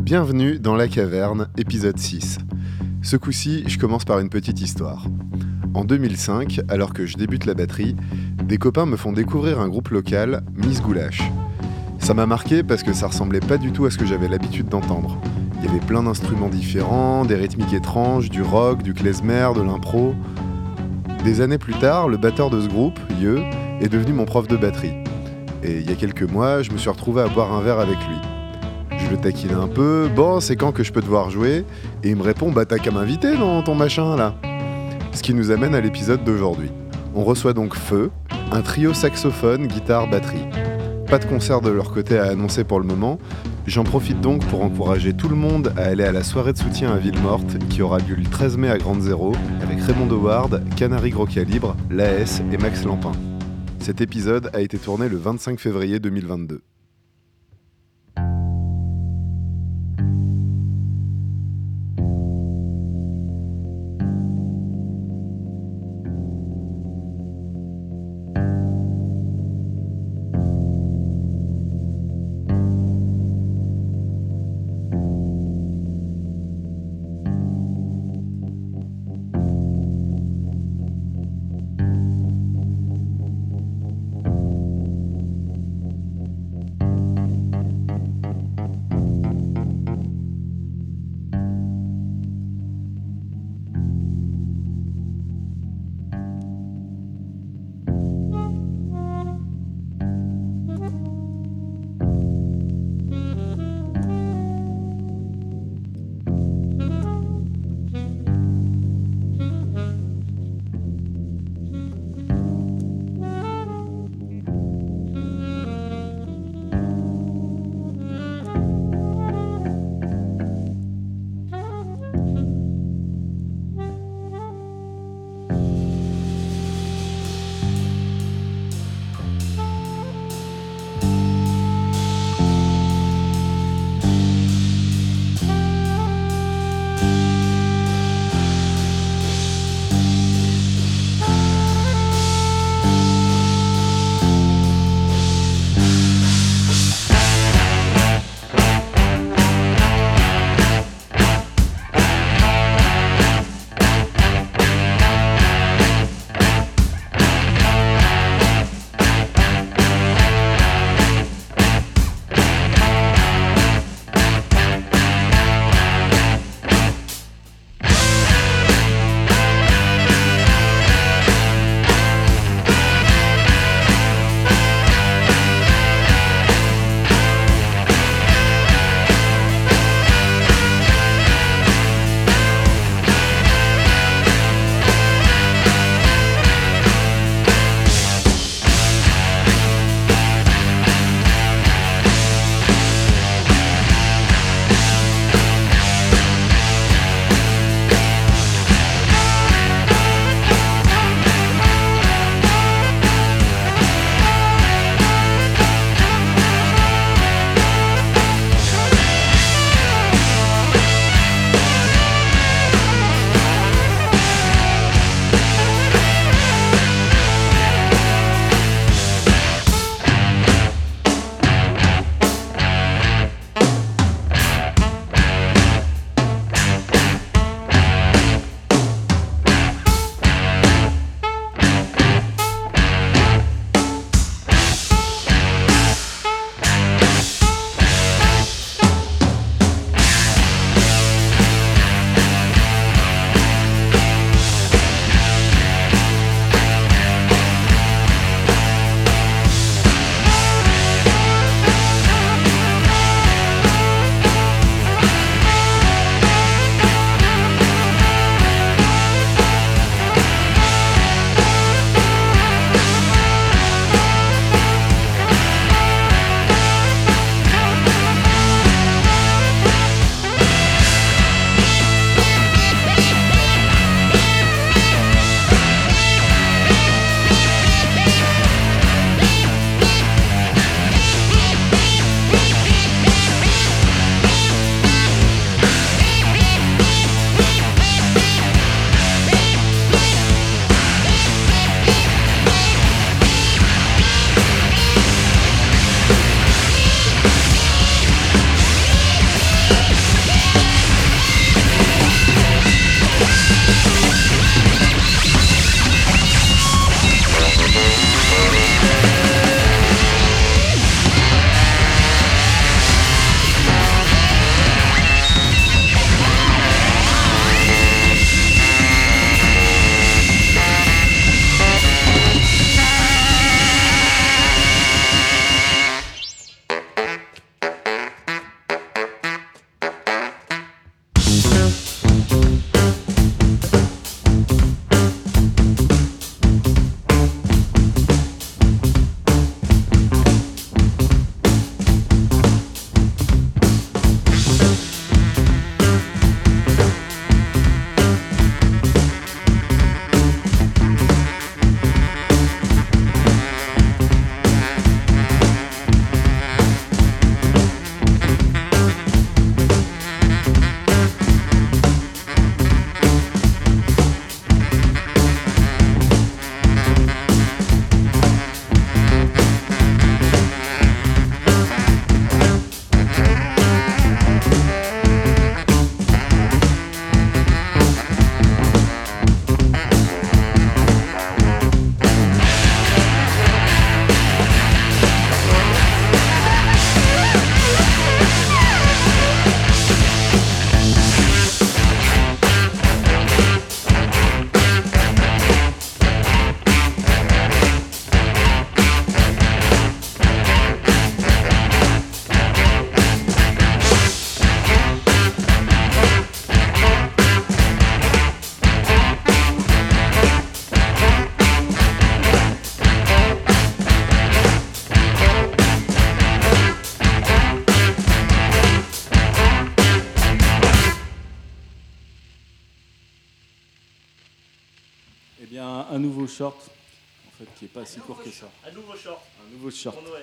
Bienvenue dans La Caverne, épisode 6. Ce coup-ci, je commence par une petite histoire. En 2005, alors que je débute la batterie, des copains me font découvrir un groupe local, Miss Goulash. Ça m'a marqué parce que ça ressemblait pas du tout à ce que j'avais l'habitude d'entendre. Il y avait plein d'instruments différents, des rythmiques étranges, du rock, du klezmer, de l'impro. Des années plus tard, le batteur de ce groupe, Yeux, est devenu mon prof de batterie. Et il y a quelques mois, je me suis retrouvé à boire un verre avec lui. Je le taquine un peu, bon, c'est quand que je peux te voir jouer? Et il me répond, bah t'as qu'à m'inviter dans ton machin là. Ce qui nous amène à l'épisode d'aujourd'hui. On reçoit donc Feu, un trio saxophone, guitare, batterie. Pas de concert de leur côté à annoncer pour le moment, j'en profite donc pour encourager tout le monde à aller à la soirée de soutien à Villemorte qui aura lieu le 13 mai à Grande Zéro avec Raymond Howard, Canary Gros Calibre, l'AS et Max Lampin. Cet épisode a été tourné le 25 février 2022. Il y a un nouveau short, en fait, qui n'est pas si court que ça. Un nouveau short. Un nouveau short. Pour Noël.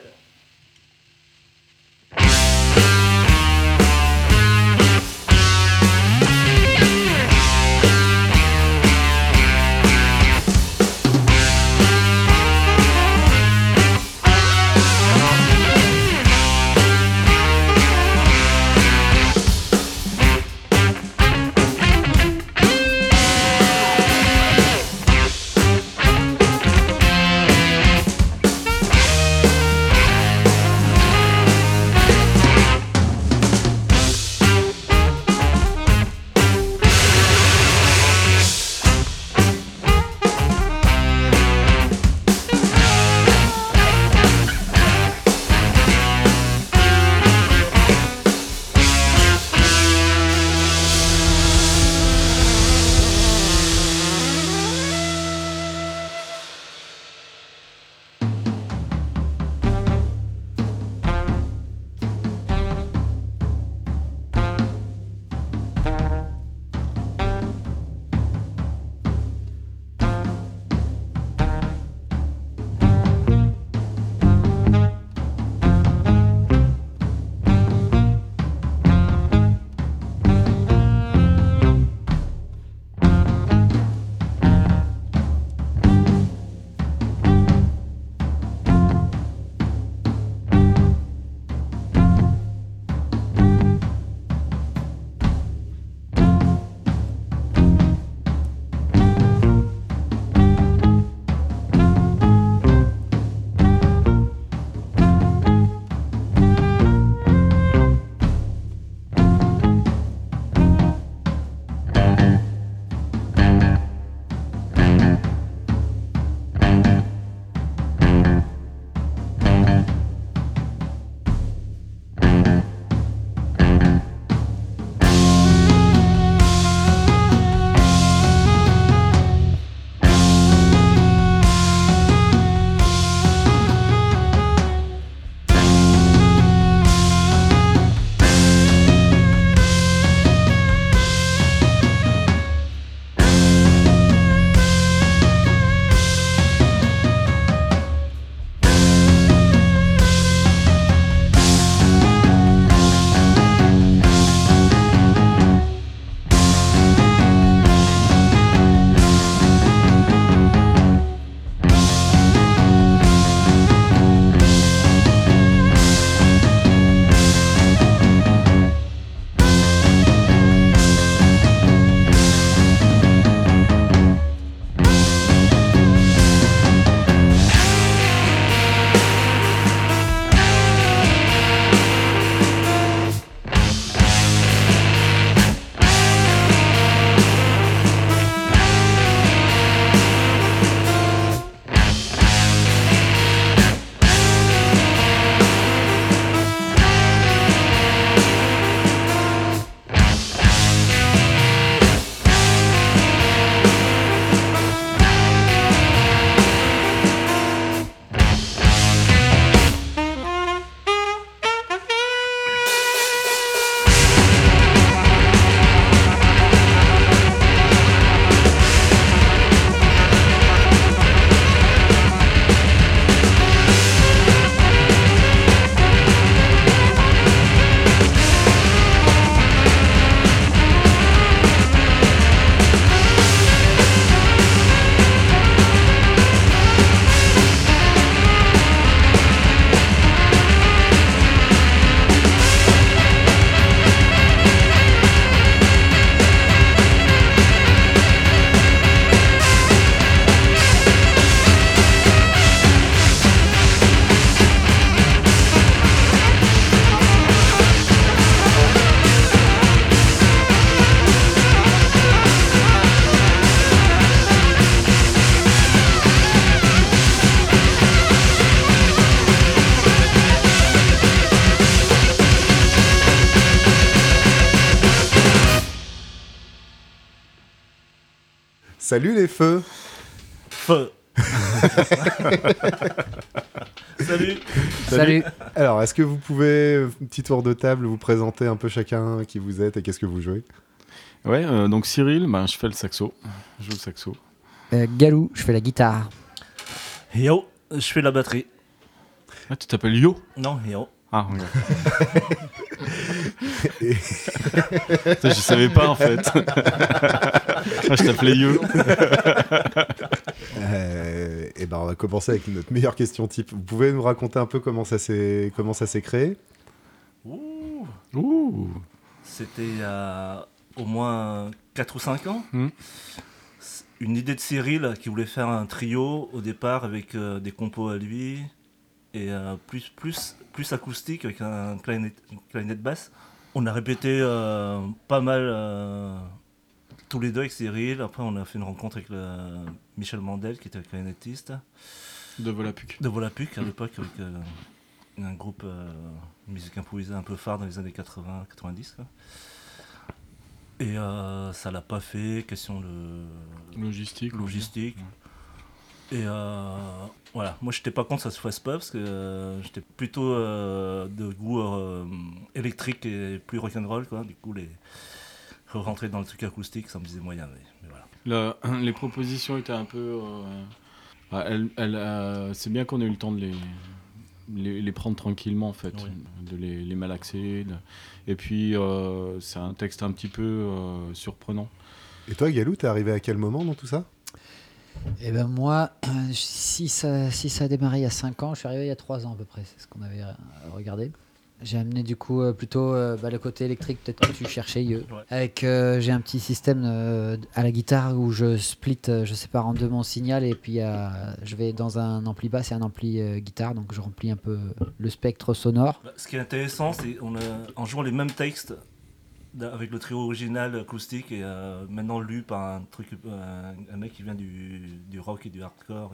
Salut les feux. Feu. Salut. Salut. Alors, est-ce que vous pouvez, un petit tour de table, vous présenter un peu chacun qui vous êtes et qu'est-ce que vous jouez ? Ouais, donc Cyril, je fais le saxo. Je joue le saxo. Galou, je fais la guitare. Yo, je fais la batterie. Ah, tu t'appelles Yo? Non, yo. Ah, regarde. Je savais pas en fait. Moi, je t'appelais Yo. Et ben on va commencer avec notre meilleure question type. Vous pouvez nous raconter un peu comment ça s'est créé? Ouh. C'était il y a au moins 4 ou 5 ans. Hmm. Une idée de Cyril qui voulait faire un trio au départ avec des compos à lui et plus acoustique avec une clarinette basse. On a répété pas mal tous les deux avec Cyril. Après on a fait une rencontre avec Michel Mandel qui était clarinettiste De Volapuc. de Volapuc à l'époque avec un groupe de musique improvisée un peu phare dans les années 80-90. Et ça l'a pas fait, question de Logistique. Ouais. Et voilà, moi j'étais pas contre que ça se fasse pas parce que j'étais plutôt de goût électrique et plus rock'n'roll quoi. Du coup rentrer dans le truc acoustique ça me disait moyen, mais voilà. Les propositions étaient un peu. C'est bien qu'on ait eu le temps de les prendre tranquillement en fait, Oui. de les malaxer. Et puis c'est un texte un petit peu surprenant. Et toi, Galou, t'es arrivé à quel moment dans tout ça? Et ben moi, si ça a démarré il y a 5 ans, je suis arrivé il y a 3 ans à peu près, c'est ce qu'on avait regardé. J'ai amené du coup plutôt le côté électrique, peut-être que tu cherchais, Ouais. avec j'ai un petit système à la guitare où je split, je sépare en deux mon signal et puis je vais dans un ampli basse et un ampli guitare, donc je remplis un peu le spectre sonore. Ce qui est intéressant c'est en jouant les mêmes textes avec le trio original acoustique et maintenant lu par un mec qui vient du rock et du hardcore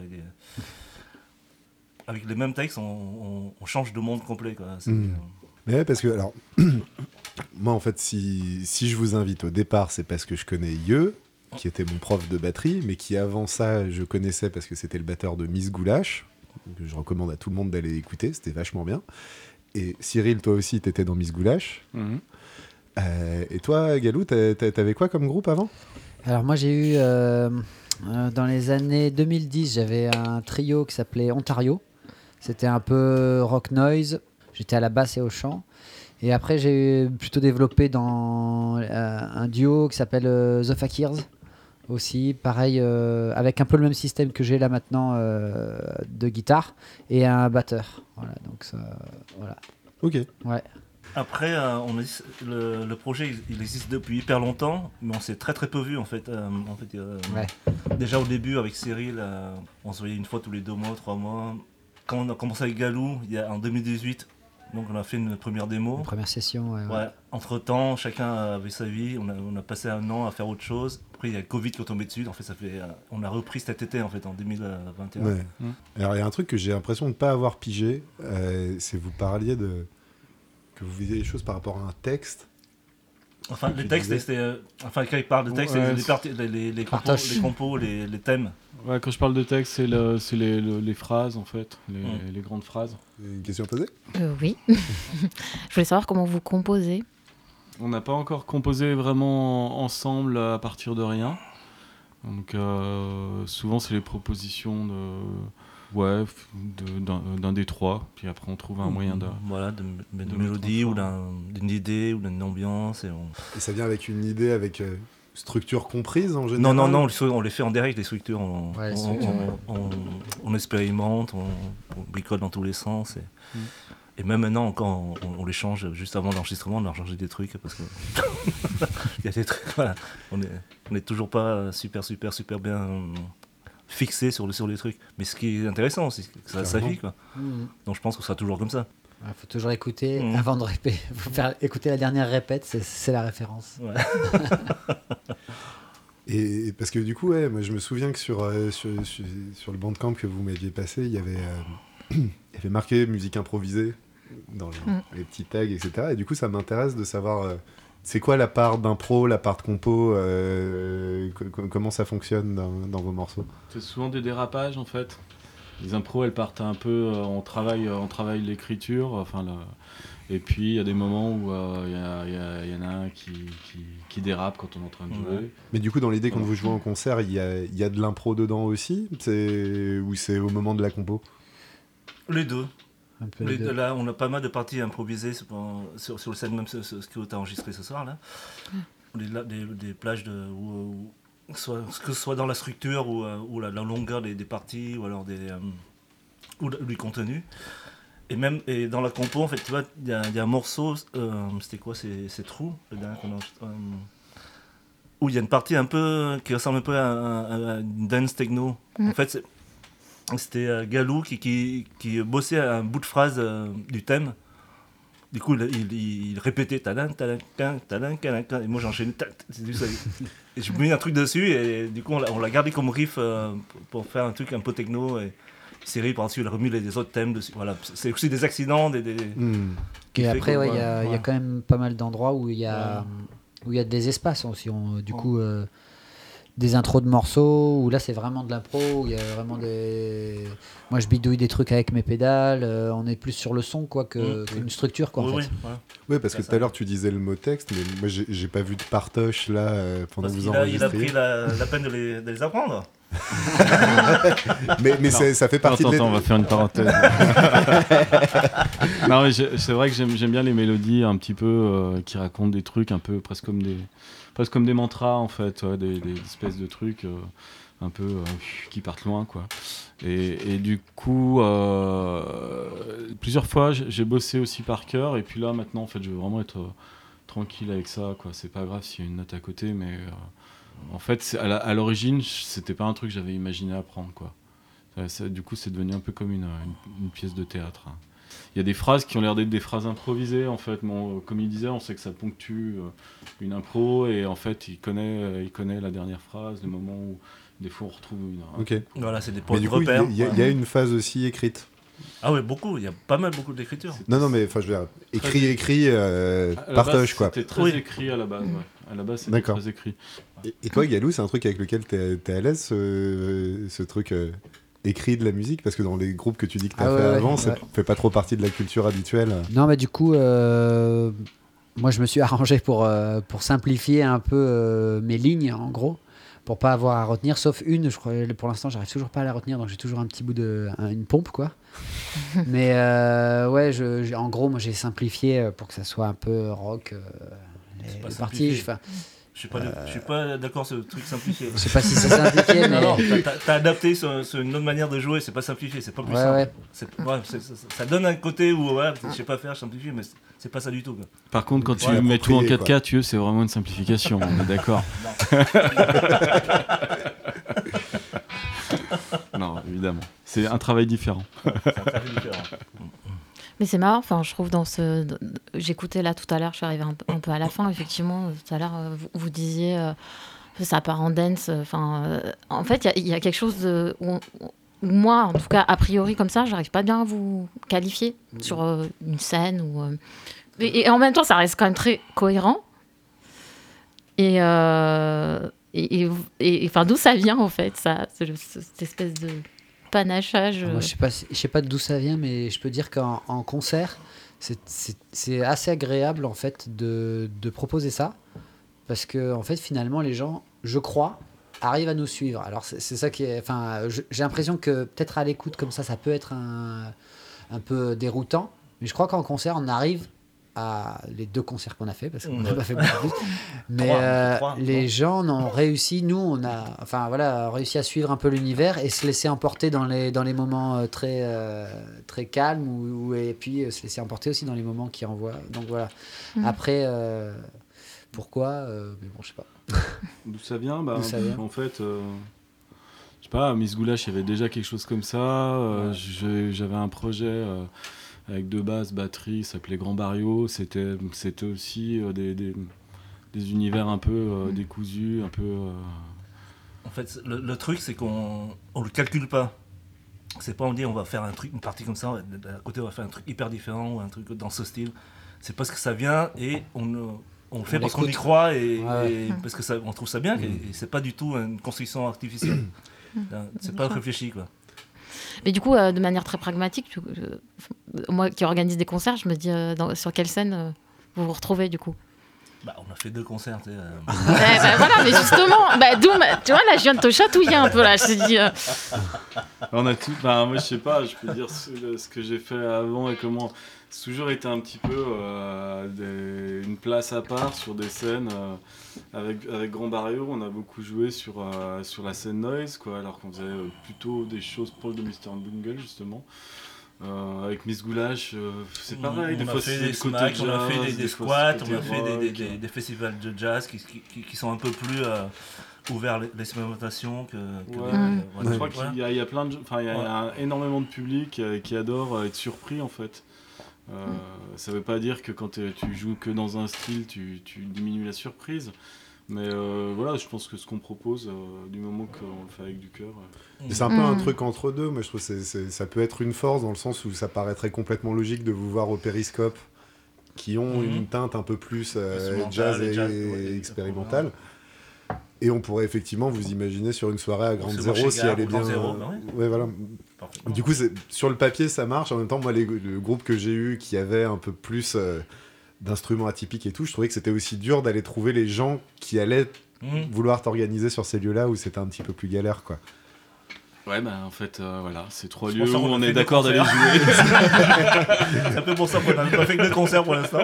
avec les mêmes textes on change de monde complet quoi. Mais ouais, parce que alors moi en fait si je vous invite au départ c'est parce que je connais Yeux qui était mon prof de batterie mais qui avant ça je connaissais parce que c'était le batteur de Miss Goulash que je recommande à tout le monde d'aller écouter, c'était vachement bien. Et Cyril, toi aussi t'étais dans Miss Goulash. Et toi Galou, t'avais quoi comme groupe avant? Alors moi j'ai eu dans les années 2010 j'avais un trio qui s'appelait Ontario, c'était un peu rock noise. J'étais à la basse et au chant. Et après, j'ai plutôt développé dans un duo qui s'appelle The Fakirs. Aussi, pareil, avec un peu le même système que j'ai là maintenant de guitare et un batteur. Voilà, donc ça, voilà. Ok. Ouais. Après, le projet il existe depuis hyper longtemps, mais on s'est très très peu vu en fait. Ouais. Déjà au début avec Cyril, on se voyait une fois tous les 2 mois, 3 mois. Quand on a commencé avec Galou, en 2018, donc on a fait une première démo. Une première session, ouais. Ouais. Entre-temps, chacun avait sa vie, on a passé un an à faire autre chose. Après, il y a le Covid qui est tombé dessus, en fait, on a repris cet été, en fait, en 2021. Ouais. Alors il y a un truc que j'ai l'impression de ne pas avoir pigé, c'est vous parliez que vous visiez les choses par rapport à un texte. Enfin, les textes, quand il parle de texte, Ouais, c'est les compos, les thèmes. Ouais, quand je parle de texte, c'est les phrases en fait, les grandes phrases. Une question à poser? Oui. Je voulais savoir comment vous composez. On n'a pas encore composé vraiment ensemble à partir de rien. Donc souvent c'est les propositions d'un des trois, puis après on trouve un moyen de... Voilà, de mélodie ou d'une idée ou d'une ambiance. Et ça vient avec une idée, avec structure comprise en général? Non, on les fait en direct, les structures. On expérimente, on bricole dans tous les sens. Et même maintenant, encore, on les change juste avant l'enregistrement, on a changé des trucs parce que il y a des trucs, voilà. On est toujours pas super bien fixé sur les trucs. Mais ce qui est intéressant, c'est que ça vit, quoi. Donc je pense que ça sera toujours comme ça. Il faut toujours écouter avant de répéter. Il faut faire écouter la dernière répète, c'est la référence. Ouais. Et parce que du coup, moi je me souviens que sur le Bandcamp que vous m'aviez passé, il y avait marqué musique improvisée dans les petits tags, etc. Et du coup, ça m'intéresse de savoir c'est quoi la part d'impro, la part de compo, comment ça fonctionne dans vos morceaux. C'est souvent des dérapages en fait. Les impros, elles partent un peu, on travaille l'écriture, et puis il y a des moments où il y en a a un qui dérape quand on est en train de jouer. Mais du coup, dans l'idée, quand vous jouez en concert, il y a de l'impro dedans aussi, ou c'est au moment de la compo? Les deux. Un peu les deux. Là, on a pas mal de parties improvisées sur le scène, même ce que tu as enregistré ce soir. Là. Des plages que ce soit dans la structure ou la longueur des parties, ou alors ou du contenu. Et dans la compo, en fait, tu vois, il y a un morceau, c'était quoi, c'est True, le dernier qu'on a enregistré, où il y a une partie un peu qui ressemble un peu à une dance techno. En fait, c'était Galou qui bossait à un bout de phrase du thème. Du coup, il répétait tadan, tadan, tadan, tadan, et moi j'enchaînais. Et je mis un truc dessus, et du coup, on l'a gardé comme riff pour faire un truc un peu techno. Et Cyril, par-dessus, il a remis les autres thèmes dessus. Voilà. C'est aussi des accidents. Et après, il y a quand même pas mal d'endroits où il y a des espaces aussi. Du coup. Des intros de morceaux où là c'est vraiment de l'impro, où il y a vraiment moi je bidouille des trucs avec mes pédales, on est plus sur le son quoi qu'une structure quoi en fait. Oui, parce que tout à l'heure tu disais le mot texte, mais moi j'ai pas vu de partoche là pendant que vous enregistrez. Il a pris la peine de les apprendre. mais ça fait partie Attends, on va faire une parenthèse. Non, mais c'est vrai que j'aime bien les mélodies un petit peu qui racontent des trucs un peu presque comme des mantras en fait, des espèces de trucs un peu qui partent loin quoi. Et du coup plusieurs fois j'ai bossé aussi par cœur, et puis là maintenant en fait je veux vraiment être tranquille avec ça quoi. C'est pas grave s'il y a une note à côté, mais en fait à l'origine c'était pas un truc que j'avais imaginé apprendre quoi. Du coup c'est devenu un peu comme une pièce de théâtre. Il y a des phrases qui ont l'air d'être des phrases improvisées en fait. Comme il disait, on sait que ça ponctue une impro, et en fait il connaît la dernière phrase, le moment où des fois on retrouve une. Ok. Voilà, c'est des points de repère. Il y a une phase aussi écrite. Ah ouais, beaucoup. Il y a pas mal d'écriture. Non, mais enfin je veux dire écrit partage quoi. C'était très écrit à la base. Ouais. À la base c'était très écrit. Et toi Galou, c'est un truc avec lequel t'es à l'aise, ce truc écrit de la musique, parce que dans les groupes que tu dis que tu as fait avant, ça fait pas trop partie de la culture habituelle. Non, mais du coup, moi je me suis arrangé pour simplifier un peu mes lignes en gros, pour pas avoir à retenir, sauf une, je crois, pour l'instant j'arrive toujours pas à la retenir, donc j'ai toujours un petit bout une pompe quoi. Mais en gros, moi j'ai simplifié pour que ça soit un peu rock les parties. Je suis pas d'accord sur le truc simplifié. Je sais pas si c'est simplifié, mais... Non, t'as adapté sur une autre manière de jouer, c'est pas simplifié, c'est pas plus simple. Ça donne un côté où je sais pas faire, je simplifie, mais c'est pas ça du tout. Quoi. Par contre, quand tu mets tout en 4K, c'est vraiment une simplification, on est d'accord. Non, évidemment. C'est un travail différent. Mais c'est marrant, je trouve j'écoutais là tout à l'heure, je suis arrivée un peu à la fin, effectivement, tout à l'heure, vous disiez, ça part en dance, en fait, il y a quelque chose où moi, en tout cas, a priori, comme ça, j'arrive pas bien à vous qualifier sur une scène, et en même temps, ça reste quand même très cohérent, et d'où ça vient, en fait, cette espèce de panachage. Moi, je sais pas d'où ça vient, mais je peux dire qu'en concert, c'est assez agréable en fait de proposer ça, parce que en fait finalement les gens, je crois, arrivent à nous suivre. Alors c'est ça qui est, j'ai l'impression que peut-être à l'écoute comme ça peut être un peu déroutant, mais je crois qu'en concert on arrive à les 2 concerts qu'on a fait, parce qu'on n'a pas fait beaucoup plus. Mais les gens ont réussi, nous on a réussi à suivre un peu l'univers et se laisser emporter dans les moments très très calmes, et puis se laisser emporter aussi dans les moments qui envoient. Donc voilà. Après pourquoi mais bon, je sais pas. D'où ça vient en fait je sais pas, Miss Goulash, il y avait déjà quelque chose comme ça. J'avais un projet avec 2 basses, batterie, ça s'appelait Grand Barrio. C'était aussi des univers un peu décousus, un peu... En fait, le truc, c'est qu'on le calcule pas. C'est pas on dit on va faire une partie comme ça, d'un côté on va faire un truc hyper différent, ou un truc dans ce style. C'est parce que ça vient, et on le fait parce qu'on y croit, et parce que on trouve ça bien, et c'est pas du tout une construction artificielle. C'est pas réfléchi, quoi. Mais du coup, de manière très pragmatique, moi qui organise des concerts, je me dis sur quelle scène vous vous retrouvez du coup? On a fait 2 concerts. Voilà, mais justement, Doom, tu vois, là, je viens de te chatouiller un peu, là, je te dis... On a tout. Moi, je sais pas, je peux dire ce que j'ai fait avant et comment. C'est toujours été un petit peu une place à part sur des scènes. Avec Grand Barrio, on a beaucoup joué sur la scène noise, quoi, alors qu'on faisait plutôt des choses proches de Mr. Bungle, justement. Avec Miss Goulash, c'est pareil. On a fait des smacks, on a fait des squats, on a fait des festivals de jazz qui sont un peu plus ouverts l'expérimentation Je crois qu'il y a plein de, il y a énormément de public qui adore être surpris en fait. Ça veut pas dire que quand tu joues que dans un style, tu diminues la surprise. Mais voilà, je pense que ce qu'on propose, du moment qu'on le fait avec du cœur... C'est un peu un truc entre deux, mais je trouve que ça peut être une force dans le sens où ça paraîtrait complètement logique de vous voir au Périscope, qui ont une teinte un peu plus jazz et expérimentale. Et on pourrait effectivement vous imaginer sur une soirée à Grande Zéro si elle est bien... voilà. Du coup, sur le papier, ça marche. En même temps, moi, le groupe que j'ai eu qui avait un peu plus... d'instruments atypiques et tout, je trouvais que c'était aussi dur d'aller trouver les gens qui allaient vouloir t'organiser sur ces lieux-là où c'était un petit peu plus galère, quoi. Ouais, en fait, voilà, c'est 3 lieux où on est d'accord d'aller jouer. C'est un peu pour ça qu'on n'a pas fait que 2 concerts pour l'instant.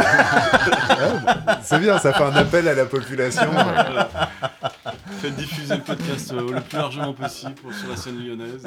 C'est bien, ça fait un appel à la population. Faites diffuser le podcast le plus largement possible sur la scène lyonnaise.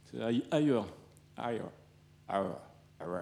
C'est ailleurs. Ailleurs. Ailleurs. Ailleurs.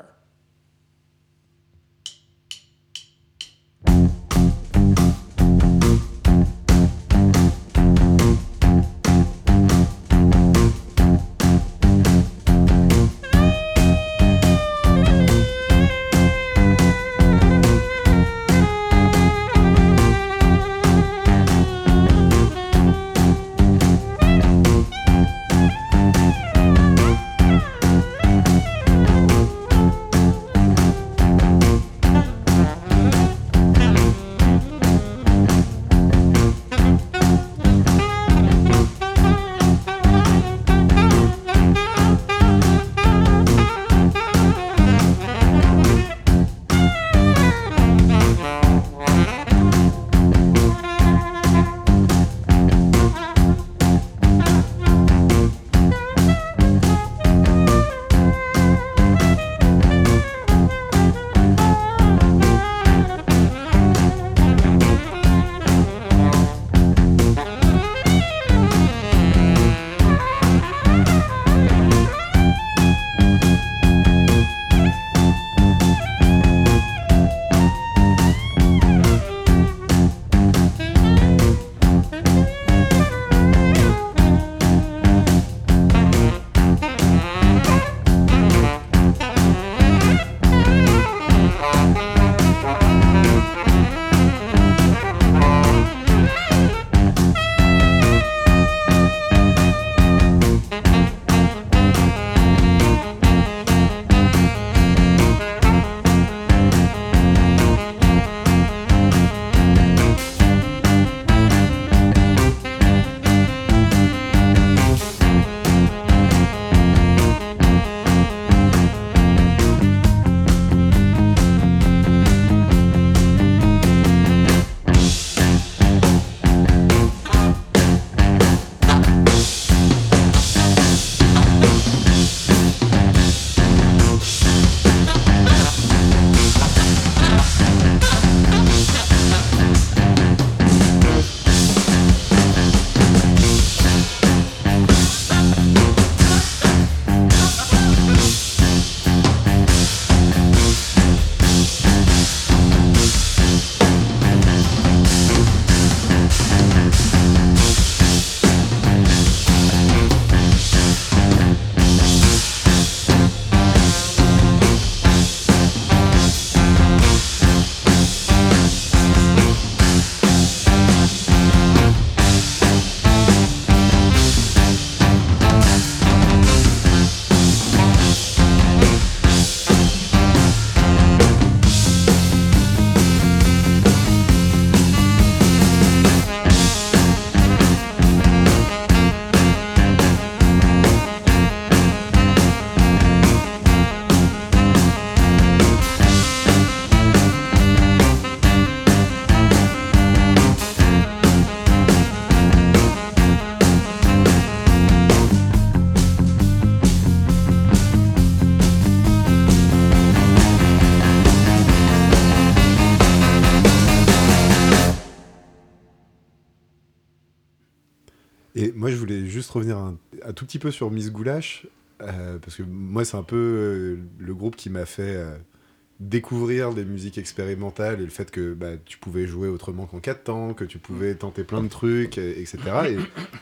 Et moi, je voulais juste revenir un tout petit peu sur Miss Goulash, parce que moi, c'est un peu le groupe qui m'a fait découvrir des musiques expérimentales et le fait que tu pouvais jouer autrement qu'en 4 temps, que tu pouvais tenter plein de trucs, etc. Et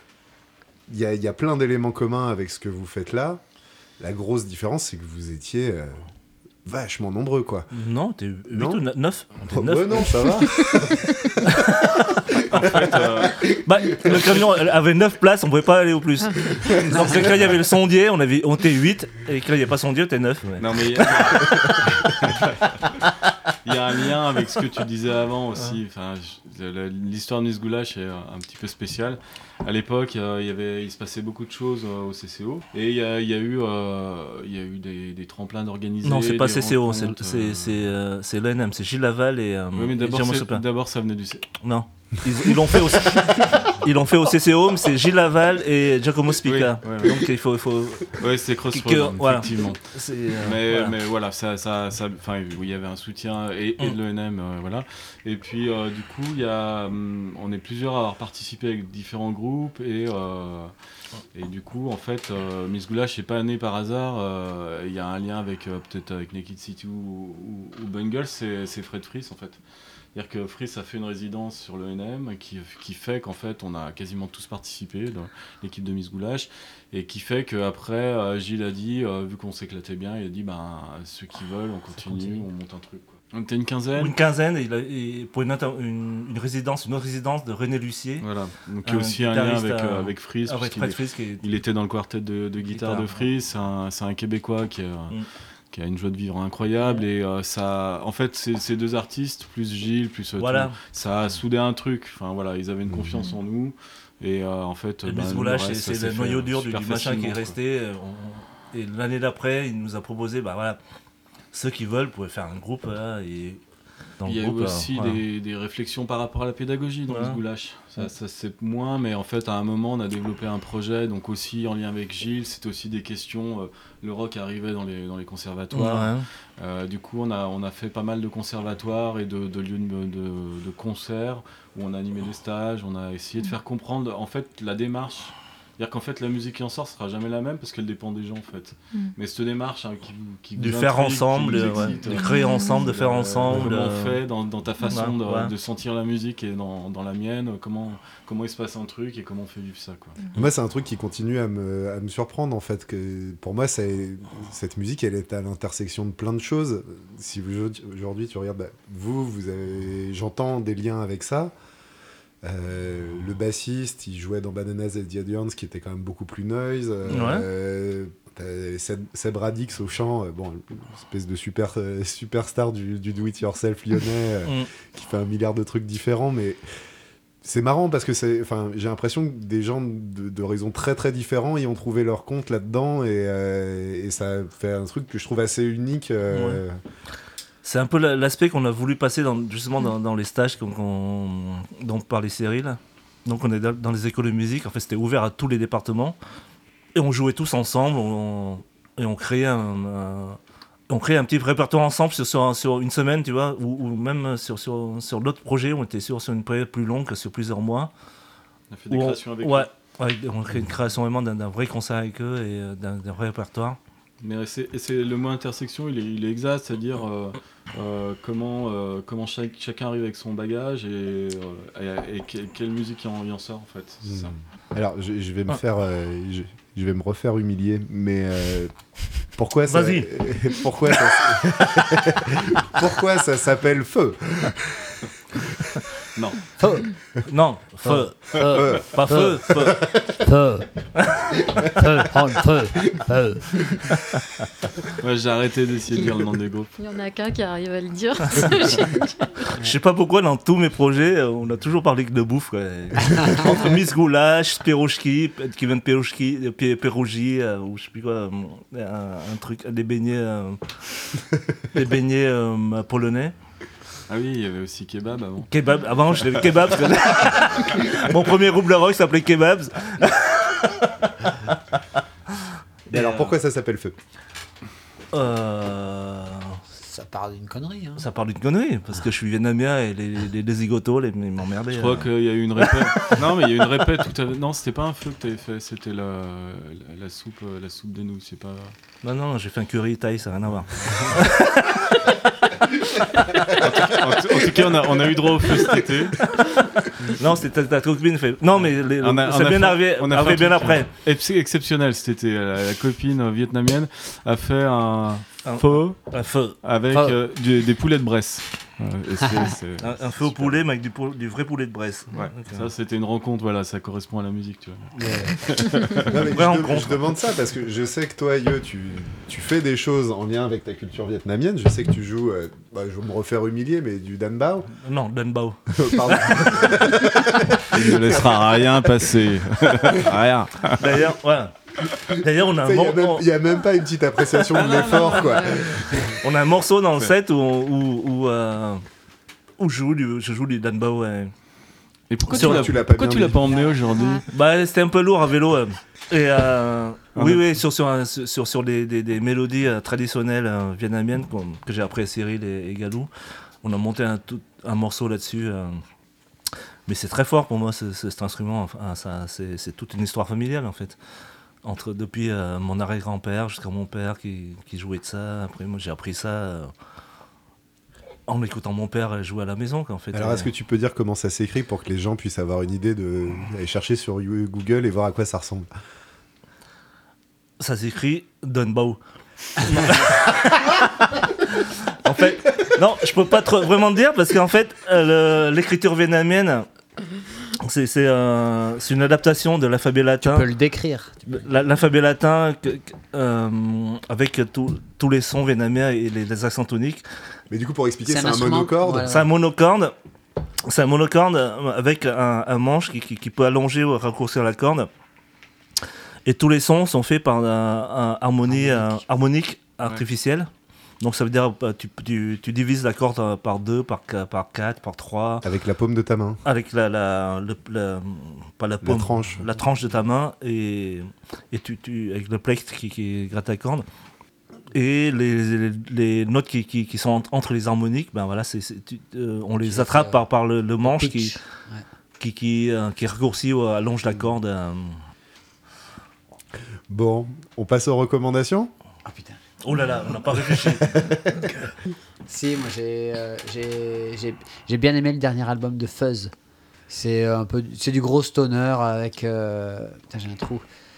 il y a plein d'éléments communs avec ce que vous faites là. La grosse différence, c'est que vous étiez vachement nombreux, quoi. Non, t'es 8 ou 9. Ouais, non, ça va. En fait, le camion avait 9 places, on pouvait pas aller au plus. Donc quand il y avait le sondier, on était 8, et quand il n'y avait pas sondier, on était 9. Ouais. Non, mais il y a un lien avec ce que tu disais avant aussi. Enfin, l'histoire de Miss Goulash est un petit peu spéciale. À l'époque, il se passait beaucoup de choses au CCO, et il y a eu des tremplins d'organisés. Non, c'est pas CCO, c'est l'ENM, c'est Gilles Laval et oui, mais et d'abord ça venait du CCO. Non. Ils l'ont fait aussi. Ils l'ont fait au CCO, mais c'est Gilles Laval et Giacomo Spica. Oui. Donc il faut. Ouais, c'est cross-program, voilà. effectivement. Mais voilà, il y avait un soutien et de l'ENM, voilà. Et puis du coup, on est plusieurs à avoir participé avec différents groupes et Et du coup, en fait, Miss Goulash n'est pas né par hasard. Il y a un lien avec peut-être avec Naked City ou Bungle, c'est Fred Fries en fait. C'est-à-dire que Fries a fait une résidence sur l'ENM qui fait qu'en fait on a quasiment tous participé dans l'équipe de Miss Goulash et qui fait qu'après Gilles a dit, vu qu'on s'éclatait bien, il a dit ceux qui veulent on continue, on monte un truc quoi. On était une quinzaine. Une quinzaine, et pour une autre résidence de René Lucier. Voilà, donc il y a aussi un lien avec Fries. Avec Fred Fries il était dans le quartet de guitare de Fries, c'est un Québécois qui a une joie de vivre incroyable et ça, en fait, ces deux artistes plus Gilles plus voilà. Ça a soudé un truc. Enfin voilà, ils avaient une confiance en nous et en fait. Miss Goulash, c'est le noyau dur du machin qui est resté. Et l'année d'après, il nous a proposé, voilà, ceux qui veulent pouvaient faire un groupe et. Il y a eu aussi des réflexions par rapport à la pédagogie dans Miss Goulash. Ça c'est moins, mais en fait à un moment on a développé un projet, donc aussi en lien avec Gilles, c'était aussi des questions. Le rock arrivait dans les conservatoires. Du coup on a fait pas mal de conservatoires et de lieux de concerts où on a animé des stages, on a essayé de faire comprendre en fait la démarche. C'est-à-dire qu'en fait la musique qui en sort sera jamais la même parce qu'elle dépend des gens en fait. Mais cette démarche qui de faire ensemble, de créer ensemble, de faire ensemble. Comment on fait dans ta façon de sentir la musique et dans la mienne, comment il se passe un truc et comment on fait vivre ça quoi. Moi c'est un truc qui continue à me surprendre en fait, que pour moi cette musique elle est à l'intersection de plein de choses. Si aujourd'hui tu regardes, j'entends des liens avec ça. Le bassiste, il jouait dans Bananas and the Adrians, qui était quand même beaucoup plus noise. Seb Radix au chant, une espèce de superstar du do-it-yourself lyonnais, qui fait 1 milliard de trucs différents, mais c'est marrant parce que j'ai l'impression que des gens d'horizons très très différents y ont trouvé leur compte là-dedans et ça fait un truc que je trouve assez unique. C'est un peu l'aspect qu'on a voulu passer dans les stages dont parlait Cyril. Donc on est dans les écoles de musique, en fait c'était ouvert à tous les départements. Et on jouait tous ensemble, et on créait un petit répertoire ensemble sur une semaine, tu vois, ou même sur d'autres projets, on était sur une période plus longue, que sur plusieurs mois. On a fait des créations avec eux. Ouais, on a créé une création vraiment d'un vrai concert avec eux et d'un vrai répertoire. Mais c'est le mot intersection, il est exact, c'est-à-dire comment chacun arrive avec son bagage et quelle musique il en sort en fait. C'est ça. Alors je vais me faire, je vais me refaire humilier, mais pourquoi ça s'appelle Feu? Non. Feu. Non. Feu. Pas feu. Feu. Feu. Feu. Ouais, j'ai arrêté d'essayer de dire le nom des groupes. Il y en a qu'un qui arrive à le dire. Je sais pas pourquoi dans tous mes projets, on a toujours parlé de bouffe. Quoi. Entre Miss Goulash, Pirochki, Kevin Pirogi, ou je sais plus quoi, un truc, des beignets polonais. Ah oui, il y avait aussi Kebab avant. Kebab, avant je l'avais Kebab. Mon premier groupe de rock s'appelait Kebabs. Et alors pourquoi ça s'appelle Feu? Ça part d'une connerie. Hein. Ça part d'une connerie, parce que je suis vietnamien et les zigotos, ils m'emmerdaient. Je crois qu'il y a eu une répète. Non, mais il y a eu une répète tout à l'heure. Non, c'était pas un feu que tu avais fait, c'était la soupe de nouilles, c'est pas... Non, j'ai fait un curry thaï, ça n'a rien à voir. En tout cas, on a eu droit au feu cet été. Non, c'était ta copine fait. Non, mais c'est bien arrivé bien après. C'est exceptionnel cet été. La copine vietnamienne a fait un feu avec des poulets de Bresse. Un feu au poulet, mais avec du vrai poulet de Bresse. Ouais. Ça, c'était une rencontre, voilà, ça correspond à la musique, tu vois. Non, mais je demande ça parce que je sais que toi, Yo, tu fais des choses en lien avec ta culture vietnamienne. Je sais que tu joues, je vais me refaire humilier, mais du Dan Bao. Non, Dan Bao. Pardon. Il ne laissera rien passer. Rien. D'ailleurs, on a il n'y a même pas une petite appréciation de l'effort, quoi. On a un morceau dans le set où je joue du Dan Bao. Et pourquoi tu l'as pas emmené aujourd'hui? C'était un peu lourd à vélo. Et oui, sur des mélodies traditionnelles vietnamiennes que j'ai appris à Cyril et Galou. On a monté un morceau là-dessus. Mais c'est très fort pour moi, cet instrument. Enfin, c'est toute une histoire familiale, en fait. Depuis mon arrière-grand-père jusqu'à mon père qui jouait de ça. Après, moi, j'ai appris ça en écoutant mon père jouer à la maison, en fait. Alors, est-ce que tu peux dire comment ça s'écrit pour que les gens puissent avoir une idée d'aller chercher sur Google et voir à quoi ça ressemble? Ça s'écrit Dunbow. En fait, non, je peux pas vraiment te dire parce qu'en fait, l'écriture vietnamienne, c'est une adaptation de l'alphabet latin. Tu peux le décrire. L'alphabet latin avec tous les sons vietnamiens et les accents toniques. Mais du coup, pour expliquer, C'est c'est un un instrument, monocorde. voilà. C'est un monocorde. C'est un monocorde avec un manche qui peut allonger ou raccourcir la corde. Et tous les sons sont faits par un harmonique artificielle. Donc ça veut dire tu divises la corde par 2, par 4, par 3. Avec la paume de ta main. Avec pas la paume, tranche. la tranche de ta main et avec le plexte qui gratte la corde. Et les notes qui sont entre les harmoniques, ben voilà, on les attrape par le manche qui raccourcit ou allonge la corde. Bon, on passe aux recommandations. Ah putain. Oh là là, on n'a pas réfléchi. Si, moi j'ai bien aimé le dernier album de Fuzz. C'est du gros stoner avec putain, j'ai un trou.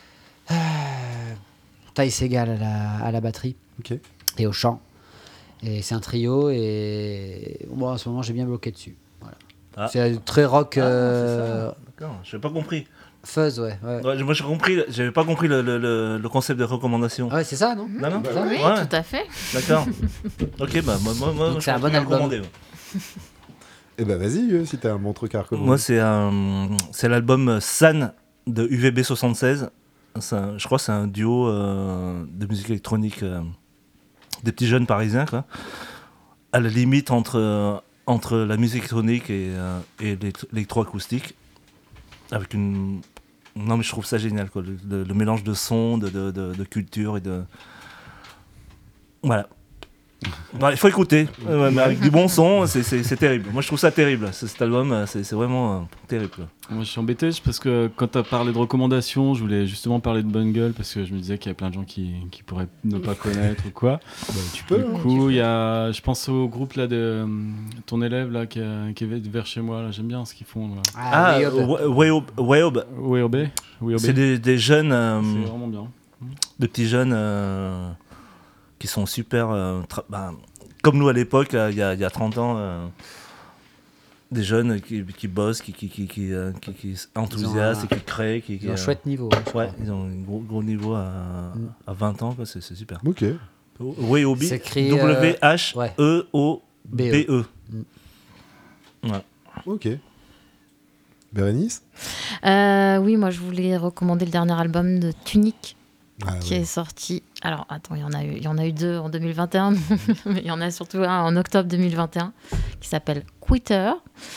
Ty Segall à la batterie. Ok. Et au chant. Et c'est un trio et bon, en ce moment j'ai bien bloqué dessus. Voilà. Ah. C'est très rock. C'est ça. D'accord, je n'avais pas compris. Fuzz, ouais. Ouais, moi j'avais pas compris le concept de recommandation. Ouais, c'est ça, non? Non. Oui, Ouais. tout à fait. D'accord. Ok, bah moi Donc c'est un bon album. recommandé. Eh ben vas-y, si t'as un bon truc à recommander. Moi c'est l'album San de UVB76. Je crois que c'est un duo de musique électronique des petits jeunes parisiens, quoi. À la limite entre la musique électronique et l'électroacoustique. Avec une... Non mais je trouve ça génial, quoi. Le mélange de sons, de culture et de... Voilà. Bah, il faut écouter, mais avec du bon son, c'est terrible. Moi je trouve ça terrible, cet album, c'est vraiment terrible. Moi je suis embêté parce que quand tu as parlé de recommandations, je voulais justement parler de Bungle parce que je me disais qu'il y avait plein de gens qui pourraient ne pas connaître ou quoi. Bah, tu peux. Du coup, il y a, je pense au groupe là de ton élève là qui est vers chez moi. Là. J'aime bien ce qu'ils font. Là. Wayob. C'est des jeunes, c'est vraiment bien. de petits jeunes qui sont super, comme nous à l'époque, il y a 30 ans, des jeunes qui bossent, qui enthousiasent et qui créent. Ils ont un chouette niveau. Ouais, ils ont un gros niveau à 20 ans, quoi, c'est super. Ok. Wayob, C'est écrit, W-H-E-O-B-E. Ouais. Ok. Bérénice? Oui, moi je voulais recommander le dernier album de Tunic qui ouais. est sorti. Alors attends, il y en a eu 2 en 2021, mais il y en a surtout un en octobre 2021 qui s'appelle Quitter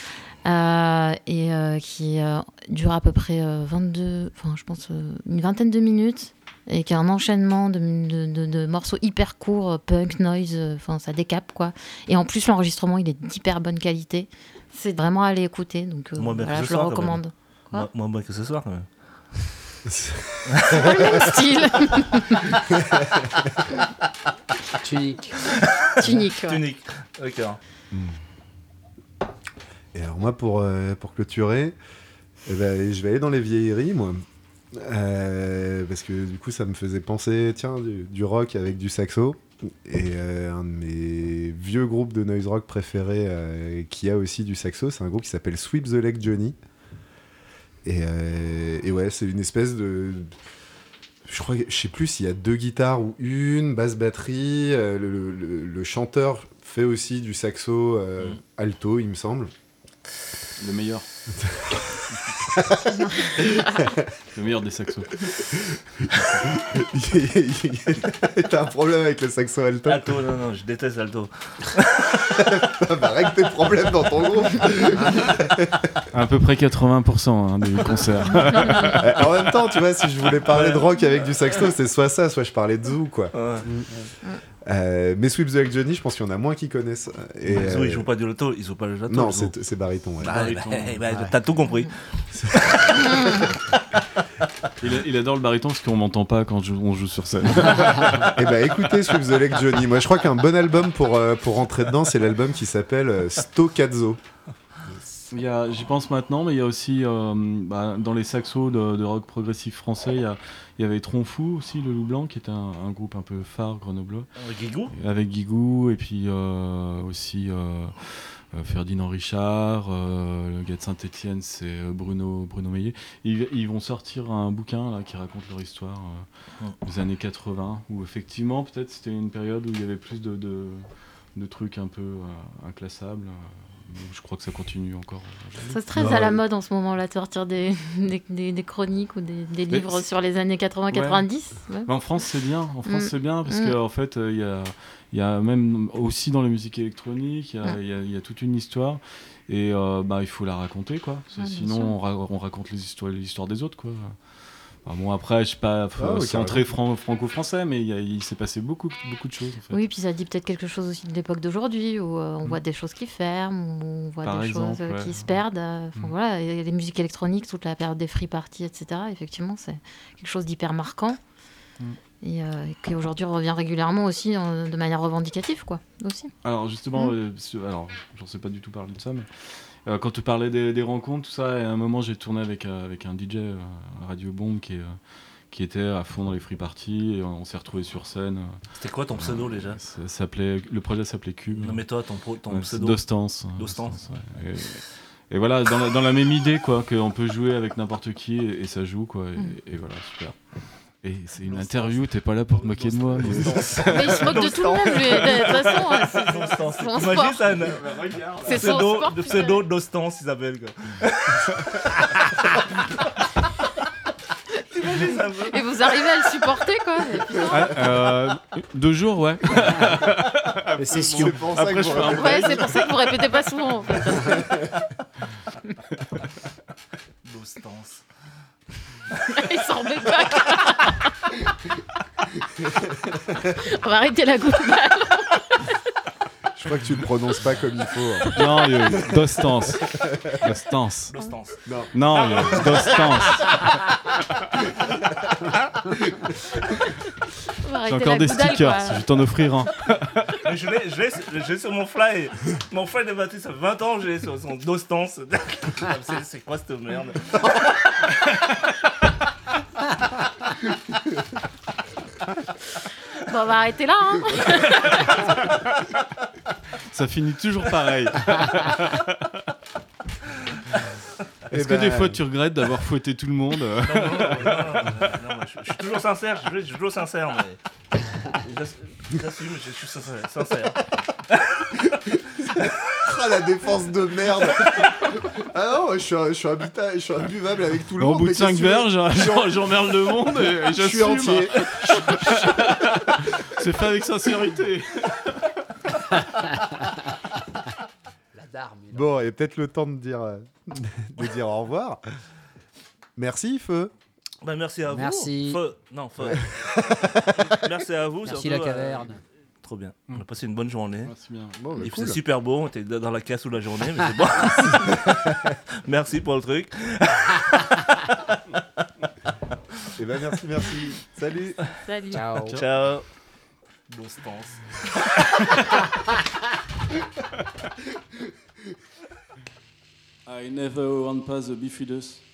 et qui dure à peu près 22, enfin je pense une vingtaine de minutes et qui est un enchaînement de morceaux hyper courts, punk, noise, enfin ça décape quoi. Et en plus l'enregistrement il est d'hyper bonne qualité. C'est vraiment à aller écouter, donc voilà, je le recommande. Moi, que ce soir, quand même. C'est pas le même style. Tunic. Tunic, ouais. Tunic, d'accord. Et alors moi, pour clôturer, je vais aller dans les vieilleries, moi. Parce que du coup, ça me faisait penser, tiens, du rock avec du saxo. Et un de mes vieux groupes de noise rock préférés qui a aussi du saxo, c'est un groupe qui s'appelle Sweep the Leg Johnny. Et ouais, c'est une espèce de... Je sais plus s'il y a 2 guitares ou une, basse batterie. Le chanteur fait aussi du saxo alto, il me semble. Le meilleur. Le meilleur des saxos. T'as un problème avec le saxo alto? Alto, non, je déteste l'alto. Bah, règle tes problèmes dans ton groupe. À peu près 80% des concerts. En même temps, tu vois, si je voulais parler de rock avec du saxo, c'est soit ça, soit je parlais de zoo, quoi. Mais Sweep the Leg Johnny, je pense qu'il y en a moins qui connaissent. Et, Ils jouent pas du loto, ils jouent pas le loto. non, ils jouent- c'est baryton. Ouais. T'as tout compris. Il adore le baryton parce qu'on m'entend pas quand on joue sur scène. Et bah écoutez Sweep the Leg Johnny. Moi je crois qu'un bon album pour rentrer dedans, c'est l'album qui s'appelle Stoccazo. J'y pense maintenant, mais il y a aussi dans les saxos de rock progressif français, il y avait Tronfou aussi, le Loup Blanc, qui était un groupe un peu phare grenoblois. Guigou. Avec Guigou, et puis aussi Ferdinand Richard, le gars de Saint-Étienne, c'est Bruno Meillet. Ils vont sortir un bouquin là, qui raconte leur histoire des années 80, où effectivement, peut-être c'était une période où il y avait plus de trucs un peu inclassables. Je crois que ça continue encore. C'est très à la mode en ce moment-là, de sortir des chroniques ou des livres sur les années 80-90. Ouais. En France, c'est bien. C'est bien parce qu'en fait, il y a même aussi dans la musique électronique, il y a toute une histoire. Et il faut la raconter, quoi. Sinon, on raconte l'histoire des autres, quoi. Bon, après, je sais pas, c'est entré franco-français, mais il s'est passé beaucoup de choses. En fait. Oui, puis ça dit peut-être quelque chose aussi de l'époque d'aujourd'hui, où on voit des choses qui ferment, où on voit choses qui se perdent. Voilà, et les musiques électroniques, toute la période des free parties, etc. Effectivement, c'est quelque chose d'hyper marquant. Et qui aujourd'hui revient régulièrement aussi de manière revendicative, quoi, aussi. Alors, justement, j'en sais pas du tout parler de ça, mais... quand tu parlais des rencontres, tout ça, à un moment j'ai tourné avec un DJ Radio Bombe qui était à fond dans les free parties et on s'est retrouvés sur scène. C'était quoi ton pseudo déjà ? Le projet s'appelait Cube. Non mais toi, ton pseudo. Dostance. Ouais. Et voilà, dans la même idée, quoi, qu'on peut jouer avec n'importe qui et ça joue, quoi. Et voilà, super. Et c'est une interview, t'es pas là pour te moquer de moi. Mais il se moque de tout le monde, lui. De toute façon, c'est son sport. Ça, c'est son sport. Le pseudo Dostance, il s'appelle, quoi. Et vous arrivez à le supporter, quoi. 2 jours, ouais. C'est sûr. Après, je fais un Ouais, c'est pour ça que vous répétez pas souvent, en fait. Dostance. Il s'en remet pas. On va arrêter la goutte balle. Je crois que tu le prononces pas comme il faut. Non, Dostance. Dostance. Non, Dostance. J'ai encore des stickers, je vais t'en offrir un. Mais je l'ai sur mon fly. Mon fly de battu, ça fait 20 ans, j'ai sur son Dostance. C'est quoi cette merde? Bon, on va arrêter là, hein. Ça finit toujours pareil. Est-ce que des fois tu regrettes d'avoir fouetté tout le monde? Non, je suis toujours sincère, je suis toujours sincère, mais j'assume, je suis sincère. La défense de merde. Ah non, je suis imbuvable avec tout le monde. Au bout de 5 verres, j'emmerde le monde et j'assume. Je suis entier. C'est fait avec sincérité. Bon, et peut-être le temps de dire au revoir. Merci, Feu. Bah, merci à vous. Merci. Feu. Ouais. Merci à vous. Merci surtout, la caverne. Trop bien. On a passé une bonne journée. Merci bien. Bon, bah, Il cool. faisait super beau, on était dans la casse toute la journée, mais c'est bon. Merci pour le truc. Et ben merci. Salut. Salut. Ciao. Dostance. I never want pas the bifidus.